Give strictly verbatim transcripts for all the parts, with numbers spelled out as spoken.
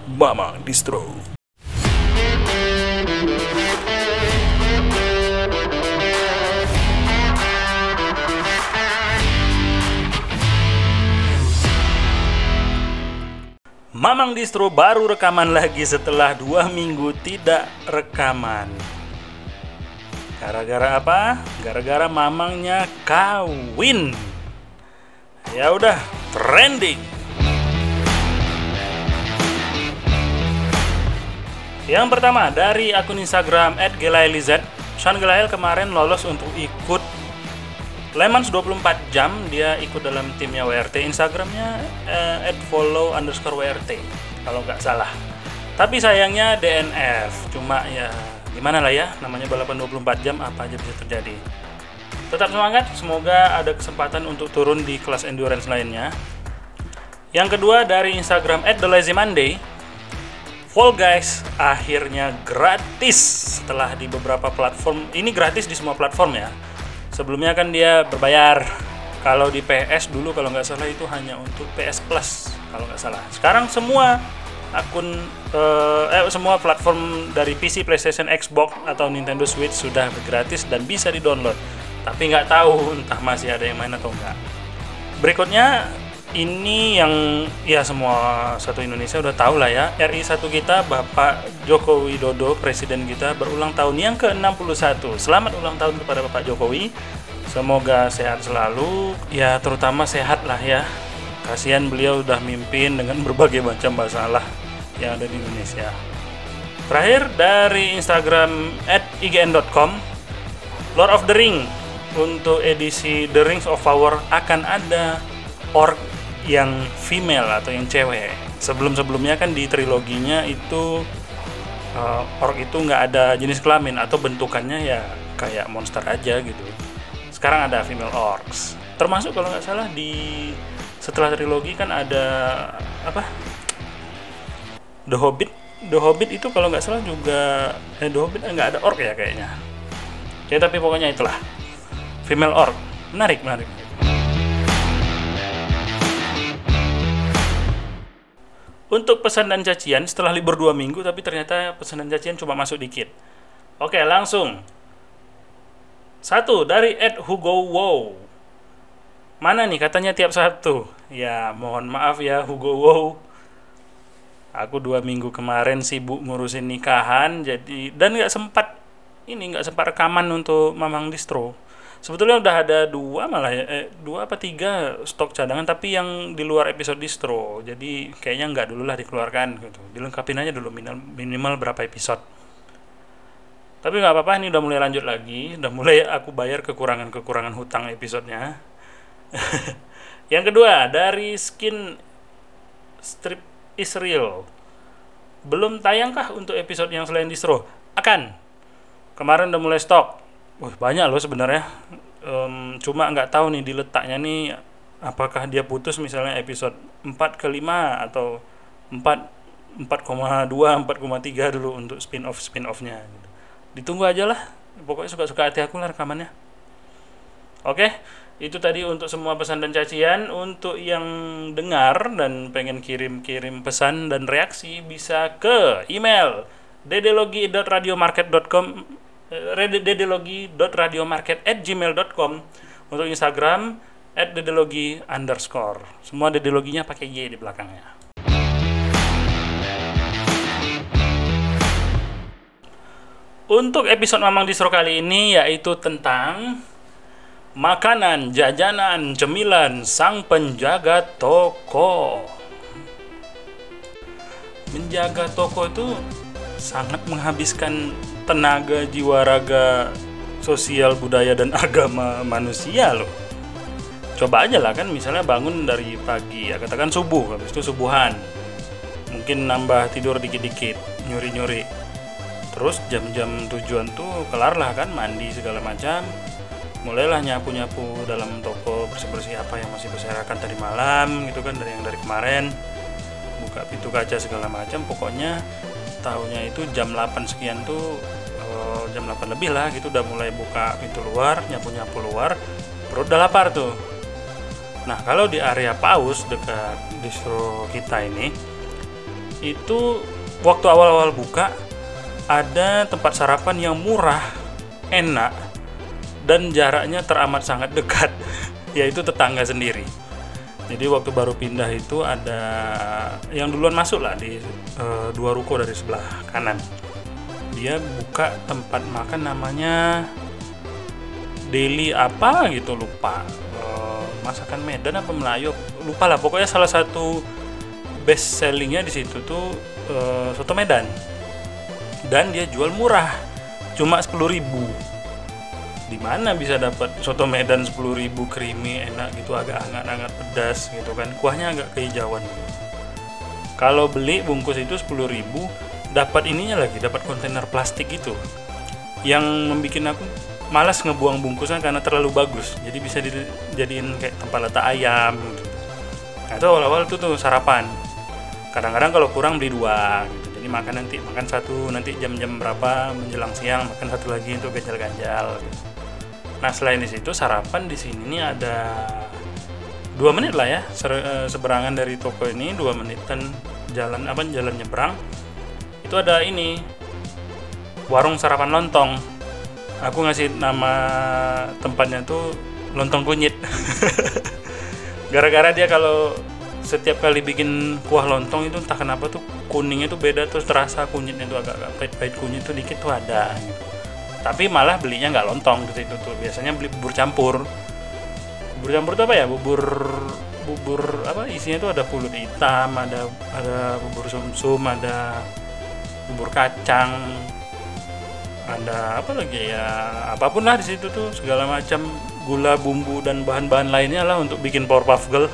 Mamang Distro. Mamang Distro baru rekaman lagi setelah dua minggu tidak rekaman. Gara-gara apa? Gara-gara mamangnya kawin. Ya udah, trending. Yang pertama dari akun Instagram et gelailz. Sean Gelail kemarin lolos untuk ikut Le Mans dua puluh empat jam. Dia ikut dalam timnya W R T. Instagramnya eh, at follow underscore W R T kalau nggak salah. Tapi sayangnya D N F. Cuma ya gimana lah ya, namanya balapan dua puluh empat jam, apa aja bisa terjadi. Tetap semangat, semoga ada kesempatan untuk turun di kelas endurance lainnya. Yang kedua dari Instagram at the lazy monday. Fall Guys akhirnya gratis setelah di beberapa platform. Ini gratis di semua platform ya. Sebelumnya kan dia berbayar. Kalau di P S dulu kalau nggak salah itu hanya untuk P S Plus kalau nggak salah. Sekarang semua akun eh, eh semua platform dari P C, PlayStation, Xbox atau Nintendo Switch sudah gratis dan bisa di-download. Tapi nggak tahu entah masih ada yang main atau enggak. Berikutnya ini yang ya semua satu Indonesia udah tahu lah ya. R I satu kita Bapak Joko Widodo, presiden kita, berulang tahun yang ke enam puluh satu. Selamat ulang tahun kepada Bapak Jokowi. Semoga sehat selalu. Ya terutama sehat lah ya. Kasihan beliau udah mimpin dengan berbagai macam masalah yang ada di Indonesia. Terakhir dari Instagram at i g n dot com. Lord of the Ring untuk edisi The Rings of Power akan ada orc yang female atau yang cewek. Sebelum-sebelumnya kan di triloginya itu uh, orc itu nggak ada jenis kelamin atau bentukannya ya kayak monster aja gitu. Sekarang ada female orcs. Termasuk kalau nggak salah di setelah trilogi kan ada apa? The Hobbit. The Hobbit itu kalau nggak salah juga eh, The Hobbit nggak ada orc ya kayaknya. Ya tapi pokoknya itulah. Female orc. Menarik, menarik. Untuk pesan dan cacian setelah libur dua minggu, tapi ternyata pesan dan cacian cuma masuk dikit. Oke, langsung. Satu dari at Hugo Wow. Mana nih katanya tiap Sabtu? Ya, mohon maaf ya Hugo Wow. Aku dua minggu kemarin sibuk ngurusin nikahan, jadi dan nggak sempat ini nggak sempat rekaman untuk Mamang Distro. Sebetulnya udah ada dua malah ya, eh, dua apa tiga stok cadangan tapi yang di luar episode distro. Jadi kayaknya nggak dulu lah dikeluarkan gitu. Dilengkapin aja dulu minimal, minimal berapa episode. Tapi nggak apa-apa, ini udah mulai lanjut lagi. Udah mulai aku bayar kekurangan-kekurangan hutang episodenya. Yang kedua dari Skin Strip Israel. Belum tayangkah untuk episode yang selain distro? Akan. Kemarin udah mulai stok. Wah banyak loh sebenarnya, um, cuma nggak tahu nih diletaknya nih apakah dia putus misalnya episode empat ke lima atau empat, empat koma dua, empat koma tiga dulu untuk spin-off spin-offnya gitu. Ditunggu aja lah, pokoknya suka-suka hati aku lah rekamannya. Oke, itu tadi untuk semua pesan dan cacian. Untuk yang dengar dan pengen kirim-kirim pesan dan reaksi bisa ke email dedelogi dot radiomarket dot com dedelogi dot radiomarket at gmail dot com. Untuk Instagram at dedelogi underscore. Semua dedeloginya pakai Y di belakangnya. Untuk episode Mamang Distro kali ini yaitu tentang makanan, jajanan, cemilan sang penjaga toko. Menjaga toko itu sangat menghabiskan tenaga, jiwa, raga, sosial, budaya, dan agama manusia loh. Coba aja lah kan, misalnya bangun dari pagi, ya katakan subuh, habis itu subuhan. Mungkin nambah tidur dikit-dikit, nyuri-nyuri. Terus jam-jam tujuan tuh kelar lah kan, mandi segala macam. Mulailah nyapu-nyapu dalam toko, bersih-bersih apa yang masih berserakan tadi malam gitu kan, dari yang dari kemarin. Buka pintu kaca segala macam, pokoknya tahunya itu jam delapan sekian tuh uh, jam delapan lebih lah gitu udah mulai buka pintu luar, nyapu-nyapu luar, perut udah lapar tuh. Nah kalau di area paus dekat distro kita ini itu waktu awal-awal buka ada tempat sarapan yang murah, enak, dan jaraknya teramat sangat dekat, yaitu tetangga sendiri. Jadi waktu baru pindah itu ada yang duluan masuk lah di e, dua ruko dari sebelah kanan. Dia buka tempat makan namanya Deli apa gitu, lupa. E, masakan Medan apa Melayu, lupa lah. Pokoknya salah satu best sellingnya di situ tuh e, soto Medan. Dan dia jual murah, cuma sepuluh ribu. Di mana bisa dapat soto Medan sepuluh ribu creamy enak gitu, agak hangat-hangat pedas gitu kan, kuahnya agak kehijauan. Kalau beli bungkus itu sepuluh ribu, dapat ininya lagi, dapat kontainer plastik gitu, yang membuat aku malas ngebuang bungkusnya karena terlalu bagus, jadi bisa dijadiin kayak tempat letak ayam gitu. Nah itu awal-awal tuh tuh sarapan, kadang-kadang kalau kurang beli dua gitu, jadi makan nanti makan satu, nanti jam-jam berapa menjelang siang makan satu lagi untuk ganjal-ganjal gitu. Nah selain di situ sarapan di sini nih ada dua menit lah ya seberangan dari toko ini, dua menitan jalan apa jalan nyebrang itu ada ini warung sarapan lontong. Aku ngasih nama tempatnya tuh lontong kunyit. Gara-gara dia kalau setiap kali bikin kuah lontong itu entah kenapa tuh kuningnya tuh beda, terus terasa kunyitnya tuh agak-agak pahit-pahit, kunyit tuh dikit tuh ada gitu. Tapi malah belinya nggak lontong gitu itu tuh, biasanya beli bubur campur. Bubur campur itu apa ya? Bubur bubur apa isinya tuh ada pulut hitam, ada ada bubur sumsum, ada bubur kacang, ada apa lagi ya? Apapun lah di situ tuh segala macam gula, bumbu dan bahan-bahan lainnya lah untuk bikin power puff girl.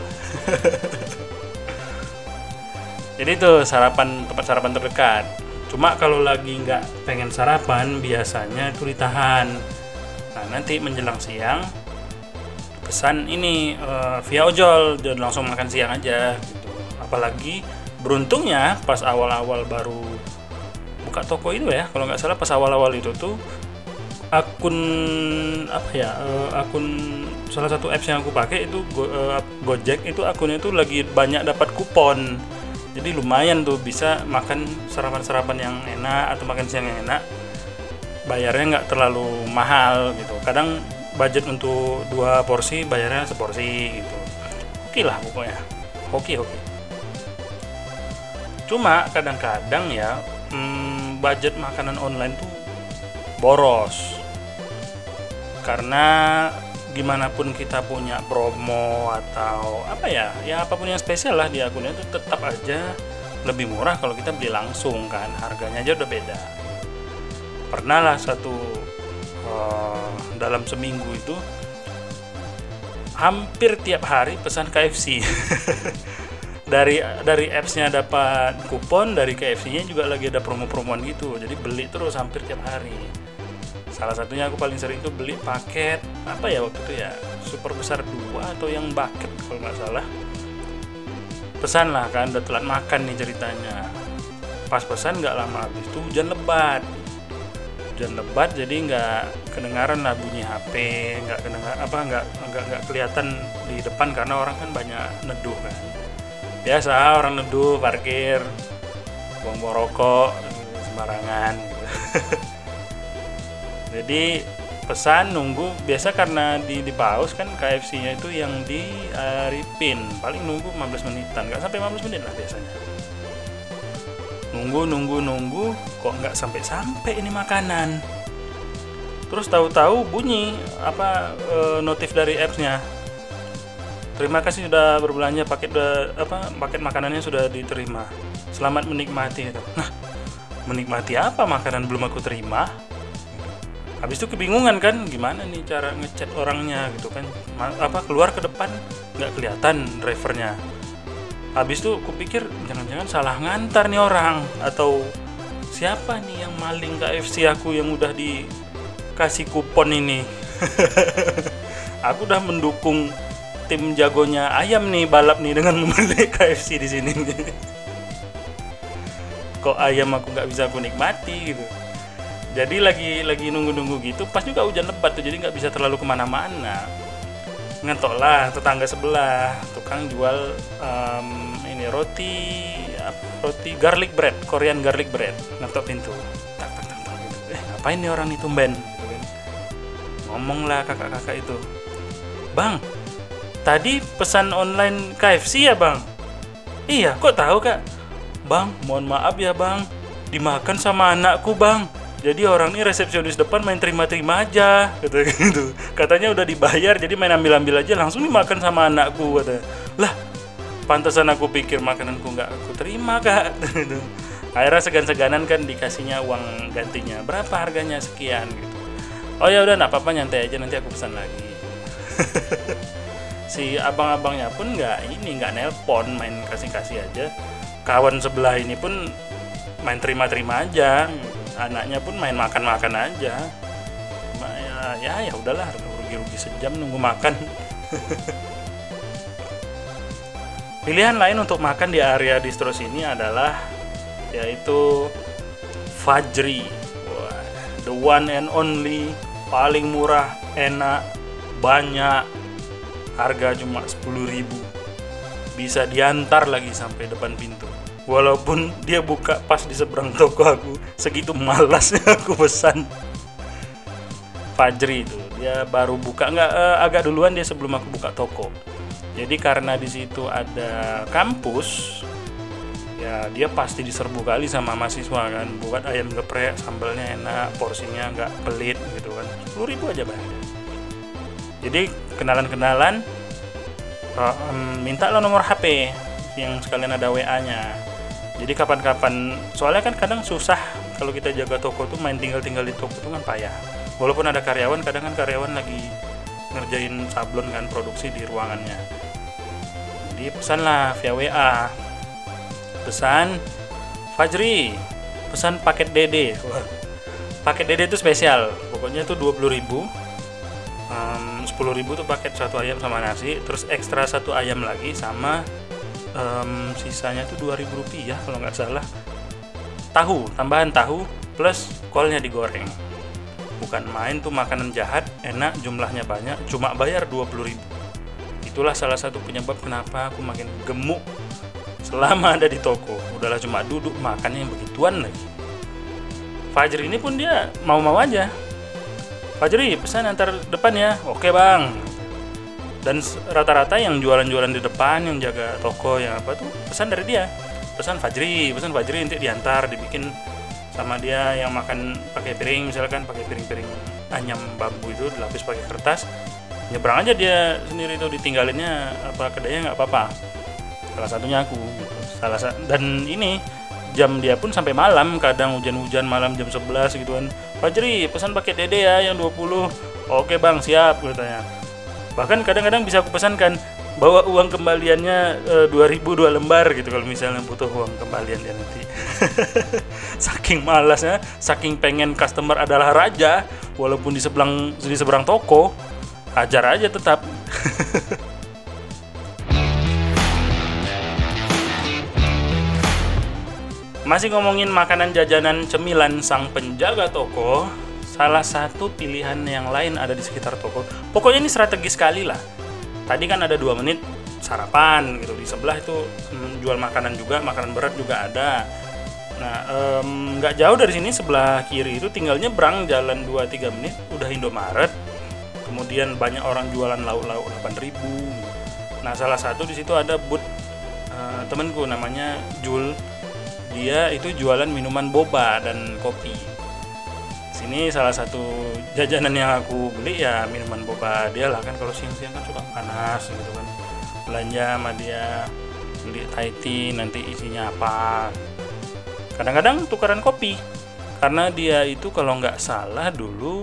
Jadi itu sarapan, tempat sarapan terdekat. Cuma kalau lagi nggak pengen sarapan biasanya itu ditahan. Nah nanti menjelang siang pesan ini uh, via ojol, jadi langsung makan siang aja gitu. Apalagi beruntungnya pas awal-awal baru buka toko itu ya, kalau nggak salah pas awal-awal itu tuh akun apa ya uh, akun salah satu apps yang aku pakai itu Go, uh, Gojek itu akunnya itu lagi banyak dapat kupon. Jadi lumayan tuh bisa makan sarapan-sarapan yang enak atau makan siang yang enak, bayarnya nggak terlalu mahal gitu. Kadang budget untuk dua porsi bayarnya seporsi gitu. Oke lah pokoknya, oke oke. Cuma kadang-kadang ya hmm, budget makanan online tuh boros, karena gimana pun kita punya promo atau apa ya, ya apapun yang spesial lah di akunnya itu tetap aja lebih murah kalau kita beli langsung kan, harganya aja udah beda. Pernah lah satu uh, dalam seminggu itu hampir tiap hari pesan K F C. dari dari apps-nya dapat kupon, dari K F C-nya juga lagi ada promo-promoan gitu, jadi beli terus hampir tiap hari. Salah satunya aku paling sering tuh beli paket apa ya waktu itu ya, super besar dua atau yang bucket kalau nggak salah. Pesan lah kan, udah telat makan nih ceritanya. Pas pesan nggak lama habis itu hujan lebat. Hujan lebat jadi nggak kedengaran lah bunyi H P, nggak kedengar apa nggak nggak nggak kelihatan di depan karena orang kan banyak neduh kan. Biasa orang neduh, parkir, buang-buang rokok sembarangan gitu. Jadi pesan nunggu, biasa karena di di paus kan K F C-nya itu yang di Arifin paling nunggu lima belas menitan, nggak sampai lima belas menit lah biasanya. Nunggu nunggu nunggu kok nggak sampai sampai ini makanan. Terus tahu-tahu bunyi apa e, notif dari apps-nya. Terima kasih sudah berbelanja, paket apa paket makanannya sudah diterima. Selamat menikmati. Nah, menikmati apa, makanan belum aku terima? Habis itu kebingungan kan, gimana nih cara ngechat orangnya gitu kan, apa keluar ke depan nggak kelihatan drivernya. Habis itu kupikir jangan-jangan salah ngantar nih orang, atau siapa nih yang maling K F C aku yang udah dikasih kupon ini. Aku udah mendukung tim jagonya ayam nih, balap nih dengan membeli K F C di sini nih. Kok ayam aku nggak bisa aku nikmati gitu. Jadi lagi lagi nunggu-nunggu gitu, pas juga hujan lebat tuh, jadi nggak bisa terlalu kemana-mana. Ngetok lah tetangga sebelah, tukang jual um, ini roti roti garlic bread, Korean garlic bread. Ngetok pintu, tak tak tak tak gitu. Eh ngapain nih orang itu Ben? Gitu kan. Ngomonglah kakak-kakak itu, Bang, tadi pesan online K F C ya Bang? Iya, kok tahu Kak? Bang, mohon maaf ya Bang, dimakan sama anakku Bang. Jadi orang ini resepsionis depan main terima-terima aja, kata gitu. Katanya udah dibayar, jadi main ambil-ambil aja, langsung dimakan sama anakku, kata. Lah, pantesan aku pikir makananku nggak aku terima Kak. Akhirnya segan-seganan kan dikasihnya uang gantinya, berapa harganya sekian gitu. Oh ya udah, nggak apa-apa, nyantai aja, nanti aku pesan lagi. Si abang-abangnya pun nggak ini nggak nelpon, main kasih-kasih aja. Kawan sebelah ini pun main terima-terima aja, anaknya pun main makan-makan aja. Cuma ya ya ya udahlah, rugi-rugi sejam nunggu makan. Pilihan lain untuk makan di area distro sini adalah yaitu Fajri. Wah, the one and only, paling murah, enak, banyak. Harga cuma sepuluh ribu, bisa diantar lagi sampai depan pintu. Walaupun dia buka pas di seberang toko aku, segitu malasnya aku pesan. Fajri itu dia baru buka nggak eh, agak duluan dia sebelum aku buka toko. Jadi karena di situ ada kampus, ya dia pasti diserbu kali sama mahasiswa kan. Buat ayam geprek, sambalnya enak, porsinya nggak pelit gitu kan. Sepuluh ribu aja Bang. Jadi kenalan-kenalan, um, mintalah nomor H P yang sekalian ada W A-nya. Jadi kapan-kapan, soalnya kan kadang susah kalau kita jaga toko tuh, main tinggal-tinggal di toko tuh kan payah. Walaupun ada karyawan, kadang kan karyawan lagi ngerjain sablon kan, produksi di ruangannya. Jadi pesanlah via W A. Pesan Fajri, pesan paket Dede. Paket Dede itu spesial, pokoknya itu dua puluh ribu. Um, sepuluh ribu tuh paket satu ayam sama nasi, terus ekstra satu ayam lagi sama um, sisanya tuh dua ribu rupiah kalau nggak salah, tahu, tambahan tahu plus kolnya digoreng. Bukan main tuh, makanan jahat, enak, jumlahnya banyak, cuma bayar dua puluh ribu. Itulah salah satu penyebab kenapa aku makin gemuk selama ada di toko. Udahlah cuma duduk makannya yang begituan lagi. Fajri ini pun dia mau-mau aja. Fajri, pesan antar depan ya. Oke Bang. Dan rata-rata yang jualan-jualan di depan, yang jaga toko, yang apa tuh, pesan dari dia. Pesan Fajri, pesan Fajri nanti diantar, dibikin sama dia. Yang makan pakai piring, misalkan pakai piring-piring anyam bambu itu, dilapis pakai kertas. Nyebrang aja dia sendiri tuh, ditinggalinnya apa kedainya nggak apa-apa. Salah satunya aku. Gitu. Salah sa- dan ini jam dia pun sampai malam, kadang hujan-hujan malam jam sebelas gitu kan. Fajri, pesan paket Dede ya yang dua puluh. Oke Bang, siap katanya. Bahkan kadang-kadang bisa aku pesankan, bawa uang kembaliannya e, dua ribu dua lembar gitu kalau misalnya butuh uang kembalian dia nanti. Saking malasnya, saking pengen customer adalah raja, walaupun di seberang di seberang toko, hajar aja tetap. Masih ngomongin makanan, jajanan, cemilan sang penjaga toko, salah satu pilihan yang lain ada di sekitar toko. Pokoknya ini strategis sekali lah. Tadi kan ada dua menit sarapan gitu, di sebelah itu hmm, jual makanan juga, makanan berat juga ada. Nah, nggak um, jauh dari sini sebelah kiri itu tinggal nyebrang jalan dua tiga menit udah Indomaret. Kemudian banyak orang jualan lauk-lauk delapan ribu. Nah, salah satu di situ ada booth uh, temanku namanya Jul. Dia itu jualan minuman boba dan kopi. Sini salah satu jajanan yang aku beli ya minuman boba dia lah, kan kalau siang-siang kan suka panas gitu kan. Belanja sama dia, beli Thai tea, nanti isinya apa. Kadang-kadang tukaran kopi. Karena dia itu kalau nggak salah dulu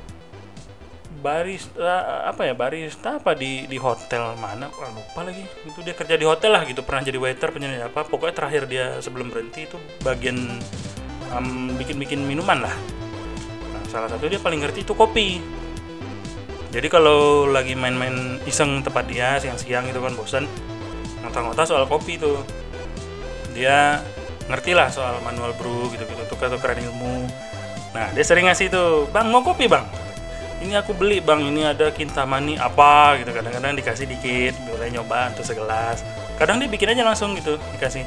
barista apa ya barista apa di di hotel mana, oh, lupa lagi. Itu dia kerja di hotel lah gitu, pernah jadi waiter, penyanyi apa. Pokoknya terakhir dia sebelum berhenti itu bagian um, bikin-bikin minuman lah. Nah, salah satu dia paling ngerti itu kopi. Jadi kalau lagi main-main iseng tempat dia siang-siang itu kan bosan, ngotak-ngotak soal kopi tuh. Dia ngerti lah soal manual brew gitu-gitu, tukar-tukaran ilmu. Nah, dia sering ngasih tuh, "Bang, mau kopi, Bang? Ini aku beli Bang, ini ada Kintamani apa gitu." Kadang-kadang dikasih dikit, boleh nyoba untuk segelas. Kadang dia bikin aja langsung gitu, dikasih,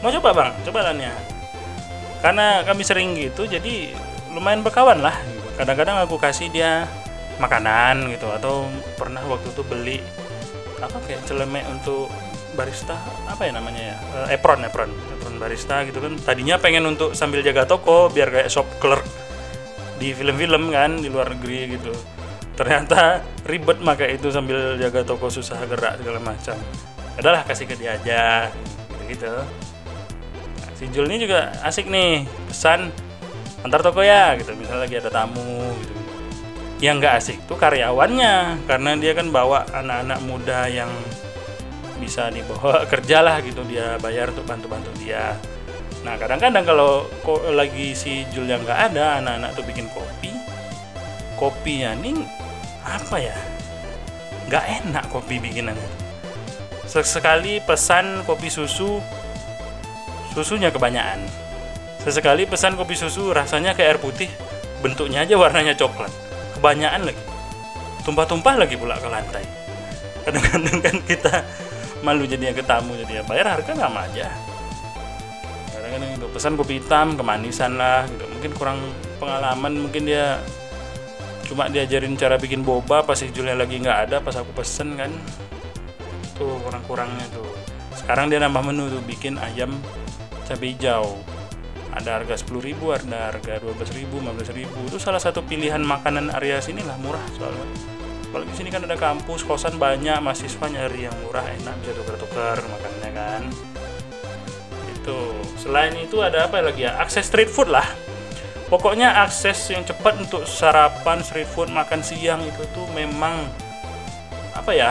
Mau coba bang, coba lannya. Karena kami sering gitu, jadi lumayan berkawan lah gitu. Kadang-kadang aku kasih dia makanan gitu, atau pernah waktu itu beli apa kayak celemek untuk barista, apa ya namanya ya, uh, apron apron apron barista gitu kan. Tadinya pengen untuk sambil jaga toko biar kayak shop clerk di film-film kan di luar negeri gitu. Ternyata ribet pakai itu sambil jaga toko, susah gerak segala macam. Adalah kasih ke dia aja gitu. Nah, si Jul ini juga asik nih, pesan antar toko ya gitu, misalnya lagi ada tamu gitu. Yang nggak asik tuh karyawannya, karena dia kan bawa anak-anak muda yang bisa dibawa kerja lah gitu, dia bayar untuk bantu-bantu dia. Nah kadang-kadang kalau kok lagi si Jul yang nggak ada, anak-anak tuh bikin kopi, kopinya nih apa ya, nggak enak kopi bikinannya. Sesekali pesan kopi susu, susunya kebanyakan. Sesekali pesan kopi susu rasanya kayak air putih, bentuknya aja warnanya coklat, kebanyakan lagi, tumpah-tumpah lagi pula ke lantai. Kadang-kadang kan kita malu jadinya ke tamu, jadi ya bayar harga sama aja. Kadang-kadang itu pesan kopi hitam kemanisan lah gitu, mungkin kurang pengalaman, mungkin dia cuma diajarin cara bikin boba pas si Julnya lagi nggak ada pas aku pesen kan, tuh kurang-kurangnya tuh. Sekarang dia nambah menu tuh, bikin ayam cabai hijau, ada harga sepuluh ribu, ada harga dua belas ribu, lima belas ribu. Itu salah satu pilihan makanan area sini lah, murah soalnya. Kalau di sini kan ada kampus, kosan banyak, mahasiswa nyari yang murah, enak, bisa tukar-tukar makannya kan. Itu. Selain itu ada apa lagi ya? Akses street food lah. Pokoknya akses yang cepat untuk sarapan, street food, makan siang itu tuh memang apa ya?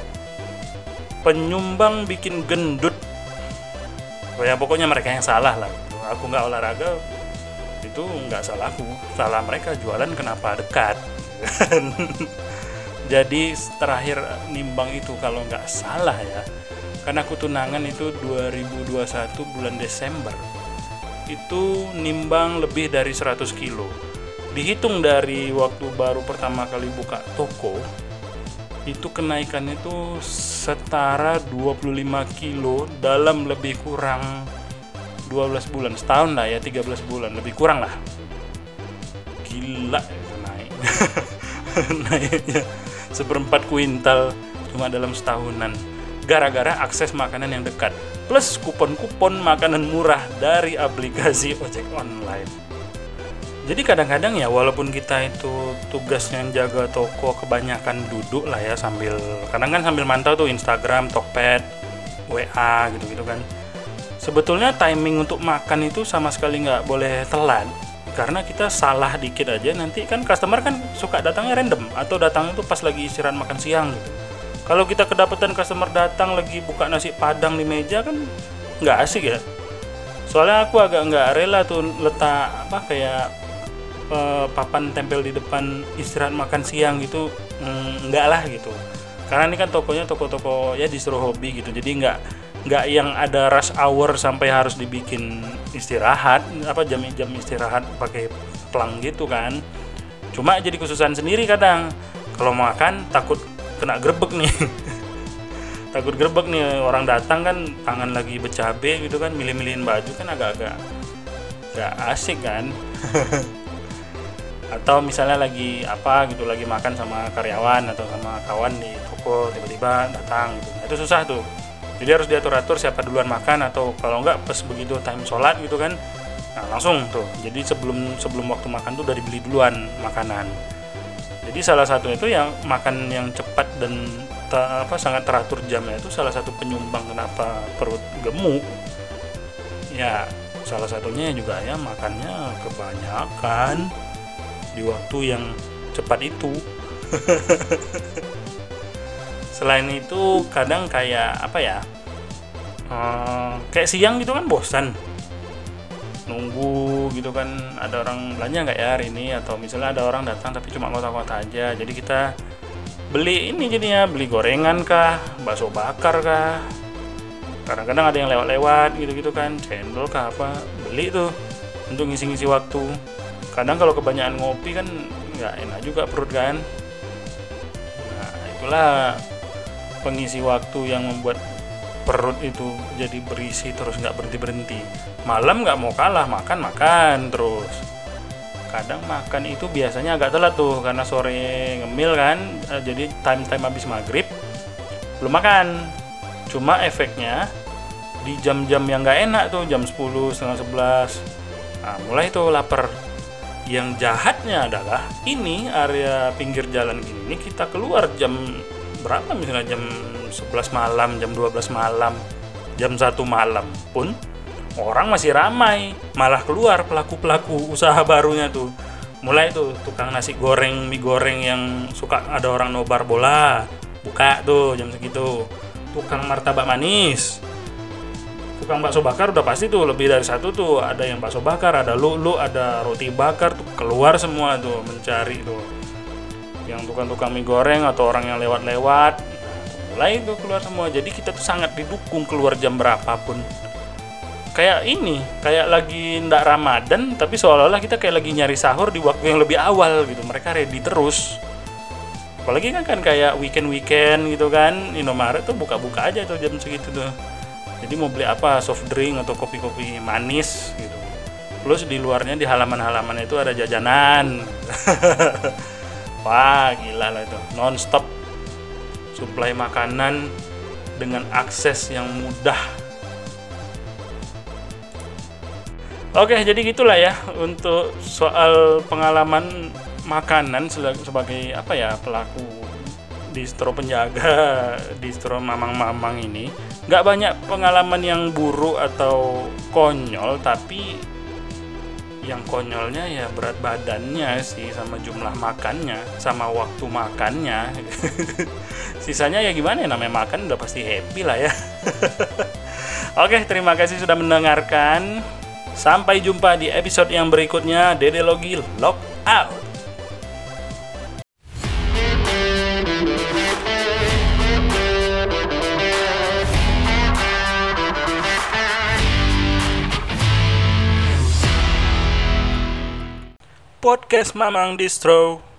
Penyumbang bikin gendut. Oh ya pokoknya mereka yang salah lah. Aku nggak olahraga, itu nggak salahku, salah mereka jualan kenapa dekat. Jadi terakhir nimbang itu kalau nggak salah ya, karena aku tunangan itu dua ribu dua puluh satu bulan Desember, itu nimbang lebih dari seratus kilo. Dihitung dari waktu baru pertama kali buka toko, itu kenaikan itu setara dua puluh lima kilo dalam lebih kurang dua belas bulan, setahun lah ya, tiga belas bulan, lebih kurang lah. Gila itu naik. Naiknya seperempat kuintal cuma dalam setahunan, gara-gara akses makanan yang dekat plus kupon-kupon makanan murah dari aplikasi ojek online. Jadi kadang-kadang ya walaupun kita itu tugasnya jaga toko kebanyakan duduk lah ya, sambil kadang kan sambil mantau tuh Instagram, Tokped, W A gitu-gitu kan. Sebetulnya timing untuk makan itu sama sekali nggak boleh telat, karena kita salah dikit aja nanti kan customer kan suka datangnya random atau datang itu pas lagi istirahat makan siang gitu. Kalau kita kedapatan customer datang lagi buka nasi padang di meja kan nggak asik ya. Soalnya aku agak nggak rela tuh letak apa kayak eh, papan tempel di depan istirahat makan siang gitu, mm, nggak lah gitu. Karena ini kan tokonya toko-toko ya distro hobi gitu, jadi nggak nggak yang ada rush hour sampai harus dibikin istirahat apa jam-jam istirahat pakai pelang gitu kan. Cuma jadi khususan sendiri kadang kalau makan takut kena grebek nih. Takut grebek nih, orang datang kan tangan lagi bercabe gitu kan, milih-milihin baju kan agak-agak nggak asik kan. Atau misalnya lagi apa gitu, lagi makan sama karyawan atau sama kawan di toko, tiba-tiba datang gitu, nah, itu susah tuh. Jadi harus diatur-atur siapa duluan makan, atau kalau enggak pas begitu time sholat gitu kan, nah langsung tuh. Jadi sebelum sebelum waktu makan tuh udah dibeli duluan makanan. Jadi salah satu itu yang makan yang cepat dan ta, apa sangat teratur jamnya itu salah satu penyumbang kenapa perut gemuk. Ya salah satunya juga ya makannya kebanyakan di waktu yang cepat itu. Selain itu kadang kayak apa ya, hmm, kayak siang gitu kan bosan nunggu gitu kan, ada orang belanja nggak ya hari ini, atau misalnya ada orang datang tapi cuma kota-kota aja, jadi kita beli ini jadinya beli gorengan kah, bakso bakar kah, kadang-kadang ada yang lewat-lewat gitu-gitu kan, cendol kah apa, beli tuh untuk ngisi-ngisi waktu. Kadang kalau kebanyakan ngopi kan nggak enak juga perut kan. Nah itulah pengisi waktu yang membuat perut itu jadi berisi terus nggak berhenti-berhenti. Malam nggak mau kalah, makan-makan terus. Kadang makan itu biasanya agak telat tuh karena sore ngemil kan, jadi time-time habis maghrib belum makan. Cuma efeknya di jam-jam yang nggak enak tuh, jam sepuluh, setengah sebelas, nah mulai tuh lapar. Yang jahatnya adalah ini area pinggir jalan gini, kita keluar jam berapa, misalnya jam sebelas malam, jam dua belas malam, jam satu malam pun orang masih ramai, malah keluar pelaku-pelaku usaha barunya tuh. Mulai tuh tukang nasi goreng, mie goreng yang suka ada orang nobar bola, buka tuh jam segitu. Tukang martabak manis, tukang bakso bakar udah pasti tuh lebih dari satu tuh. Ada yang bakso bakar, ada lu-lu, ada roti bakar tuh keluar semua tuh mencari tuh. Yang tukang-tukang mie goreng atau orang yang lewat-lewat, mulai tuh keluar semua. Jadi kita tuh sangat didukung keluar jam berapapun. Kayak ini, kayak lagi ndak Ramadan, tapi seolah-olah kita kayak lagi nyari sahur di waktu yang lebih awal gitu. Mereka ready terus. Apalagi kan kan kayak weekend-weekend gitu kan, Indomaret tuh buka-buka aja tuh jam segitu tuh. Jadi mau beli apa, soft drink atau kopi-kopi manis gitu. Plus di luarnya di halaman-halaman itu ada jajanan. Wah gila lah itu, non-stop suplai makanan dengan akses yang mudah. Oke, jadi gitulah ya untuk soal pengalaman makanan sebagai apa ya, pelaku distro penjaga distro mamang-mamang ini. Nggak banyak pengalaman yang buruk atau konyol, tapi yang konyolnya ya berat badannya sih, sama jumlah makannya, sama waktu makannya. Sisanya ya gimana ya, namanya makan udah pasti happy lah ya. Oke, terima kasih sudah mendengarkan. Sampai jumpa di episode yang berikutnya. Dede Logi log out. Podcast Mamang Distro.